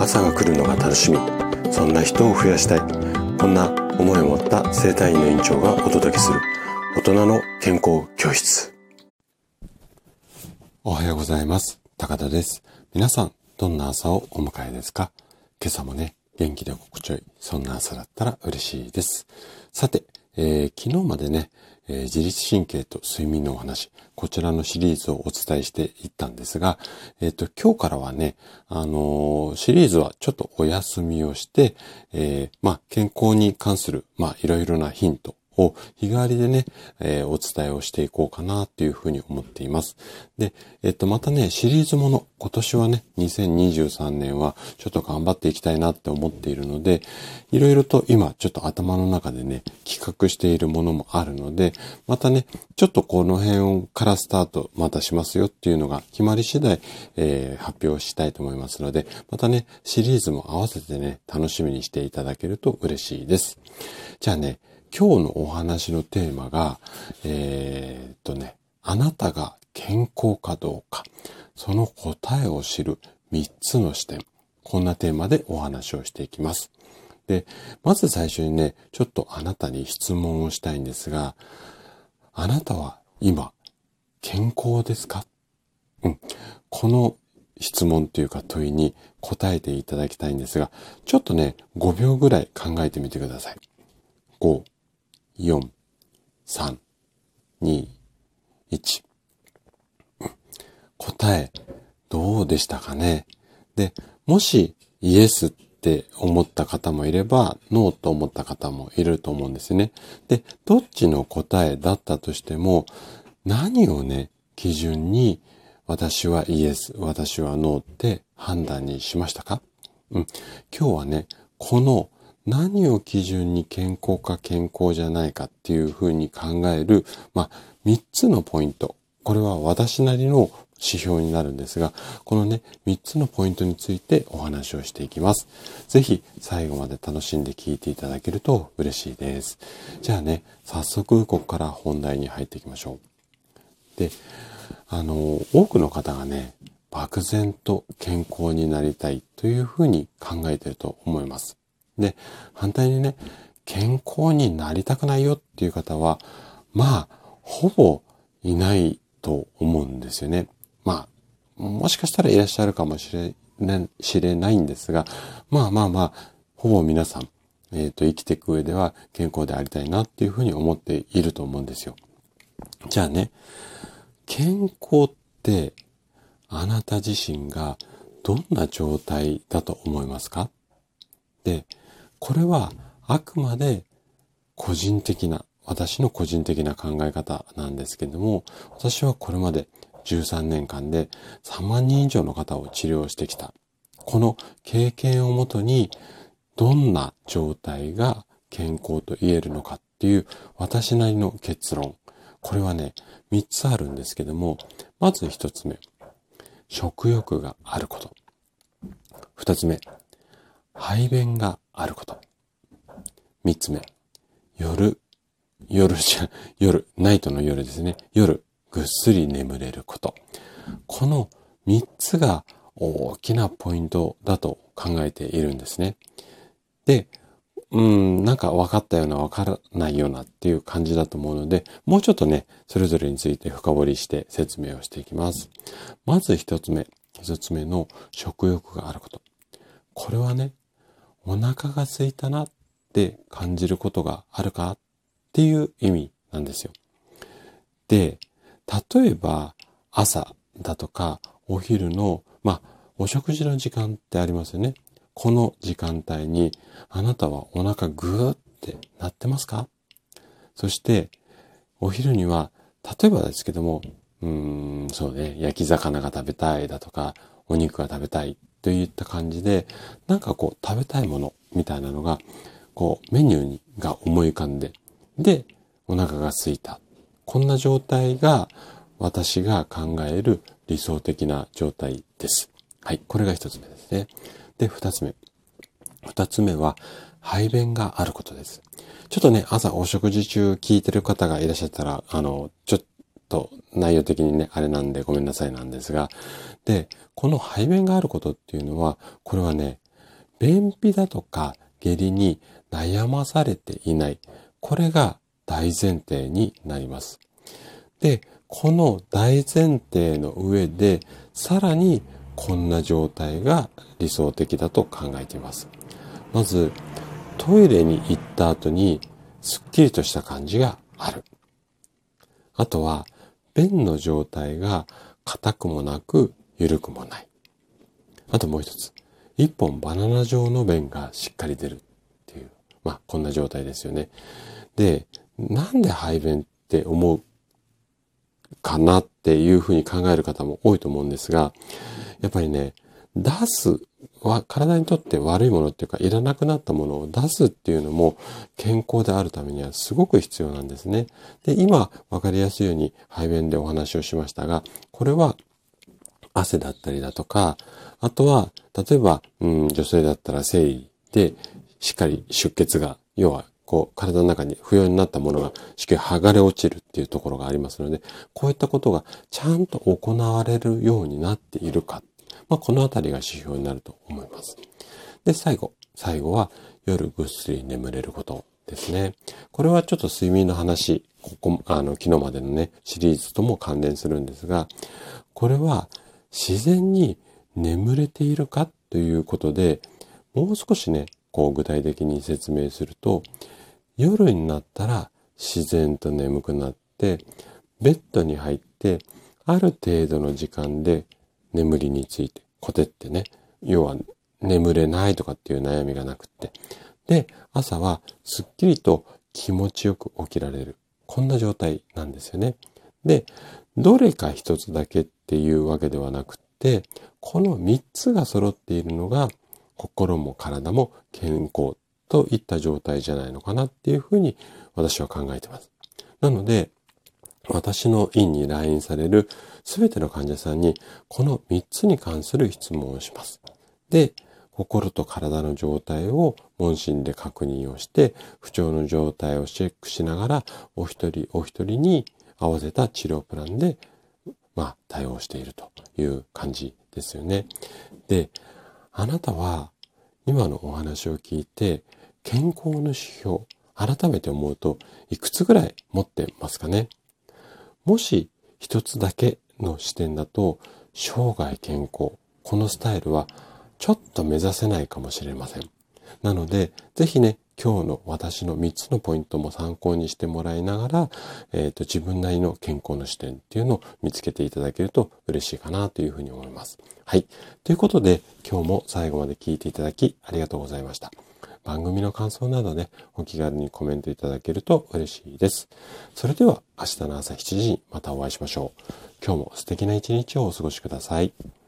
朝が来るのが楽しみ、そんな人を増やしたい、こんな思いを持った生体院の院長がお届けする大人の健康教室。おはようございます。高田です。皆さんどんな朝をお迎えですか？今朝もね、元気で心地よい、そんな朝だったら嬉しいです。さて、昨日までね、自律神経と睡眠のお話、こちらのシリーズをお伝えしていったんですが、今日からはね、シリーズはちょっとお休みをして、健康に関する、いろいろなヒントを日替わりでね、お伝えをしていこうかなというふうに思っています。で、またね、シリーズもの、今年はね、2023年はちょっと頑張っていきたいなって思っているので、いろいろと今ちょっと頭の中でね、企画しているものもあるので、またね、ちょっとこの辺からスタートまたしますよっていうのが決まり次第、発表したいと思いますので、またね、シリーズも合わせてね、楽しみにしていただけると嬉しいです。じゃあね、今日のお話のテーマが、あなたが健康かどうか、その答えを知る3つの視点。こんなテーマでお話をしていきます。で、まず最初にね、ちょっとあなたに質問をしたいんですが、あなたは今、健康ですか？この質問というか問いに答えていただきたいんですが、ちょっとね、5秒ぐらい考えてみてください。5、4、3、2、1。答え、どうでしたかね？で、もしイエスって思った方もいれば、ノーと思った方もいると思うんですね。で、どっちの答えだったとしても、何をね、基準に私はイエス、私はノーって判断にしましたか？今日はね、この何を基準に健康か健康じゃないかっていうふうに考える、3つのポイント。これは私なりの指標になるんですが、このね、3つのポイントについてお話をしていきます。ぜひ最後まで楽しんで聞いていただけると嬉しいです。じゃあね、早速ここから本題に入っていきましょう。で、多くの方がね、漠然と健康になりたいというふうに考えていると思います。で、反対にね、健康になりたくないよっていう方は、ほぼいないと思うんですよね。もしかしたらいらっしゃるかもしれないんですが、ほぼ皆さん、生きていく上では健康でありたいなっていうふうに思っていると思うんですよ。じゃあね、健康ってあなた自身がどんな状態だと思いますか？で、これはあくまで私の個人的な考え方なんですけれども、私はこれまで13年間で3万人以上の方を治療してきた。この経験をもとにどんな状態が健康と言えるのかっていう私なりの結論。これはね、3つあるんですけども、まず1つ目、食欲があること。2つ目、排便があること。3つ目、ナイトの夜ですね。夜、ぐっすり眠れること。この3つが大きなポイントだと考えているんですね。で、なんか分かったような分からないようなっていう感じだと思うので、もうちょっとね、それぞれについて深掘りして説明をしていきます。まず一つ目の食欲があること。これはね、お腹が空いたなって感じることがあるかっていう意味なんですよ。で、例えば朝だとかお昼の、お食事の時間ってありますよね。この時間帯にあなたはお腹ぐーってなってますか？そしてお昼には例えばですけども、焼き魚が食べたいだとかお肉が食べたいといった感じで、食べたいものみたいなのがメニューが思い浮かんで、でお腹が空いた。こんな状態が私が考える理想的な状態です。はい、これが一つ目ですね。で、二つ目は排便があることです。ちょっとね、朝お食事中聞いてる方がいらっしゃったら、ちょっと内容的にね、あれなんでごめんなさいなんですが、で、この排便があることっていうのは、これはね、 便秘だとか下痢に悩まされていない。これが大前提になります。で、この大前提の上で、さらにこんな状態が理想的だと考えています。まず、トイレに行った後にすっきりとした感じがある。あとは、便の状態が硬くもなく緩くもない。あともう一つ、一本バナナ状の便がしっかり出るっていう、こんな状態ですよね。で、なんで排便って思うかなっていうふうに考える方も多いと思うんですが、やっぱりね、出すは体にとって悪いものっていうか、いらなくなったものを出すっていうのも健康であるためにはすごく必要なんですね。で、今わかりやすいように排便でお話をしましたが、これは汗だったりだとか、あとは例えば、女性だったら生理でしっかり出血が、要は体の中に不要になったものがしっかり剥がれ落ちるっていうところがありますので、こういったことがちゃんと行われるようになっているか。このあたりが指標になると思います。で、最後は夜ぐっすり眠れることですね。これはちょっと睡眠の話、昨日までのね、シリーズとも関連するんですが、これは自然に眠れているかということで、もう少しね、具体的に説明すると、夜になったら自然と眠くなって、ベッドに入って、ある程度の時間で眠りについて、こてってね、要は眠れないとかっていう悩みがなくって。で、朝はすっきりと気持ちよく起きられる。こんな状態なんですよね。で、どれか一つだけっていうわけではなくって、この3つが揃っているのが、心も体も健康といった状態じゃないのかなっていうふうに私は考えています。なので、私の院に来院されるすべての患者さんにこの3つに関する質問をします。で、心と体の状態を問診で確認をして、不調の状態をチェックしながら、お一人お一人に合わせた治療プランで、対応しているという感じですよね。で、あなたは今のお話を聞いて、健康の指標、改めて思うといくつぐらい持ってますかね。もし一つだけの視点だと、生涯健康、このスタイルはちょっと目指せないかもしれません。なので、ぜひね、今日の私の3つのポイントも参考にしてもらいながら、自分なりの健康の視点っていうのを見つけていただけると嬉しいかなというふうに思います。はい。ということで、今日も最後まで聞いていただきありがとうございました。番組の感想などね、お気軽にコメントいただけると嬉しいです。それでは明日の朝7時にまたお会いしましょう。今日も素敵な一日をお過ごしください。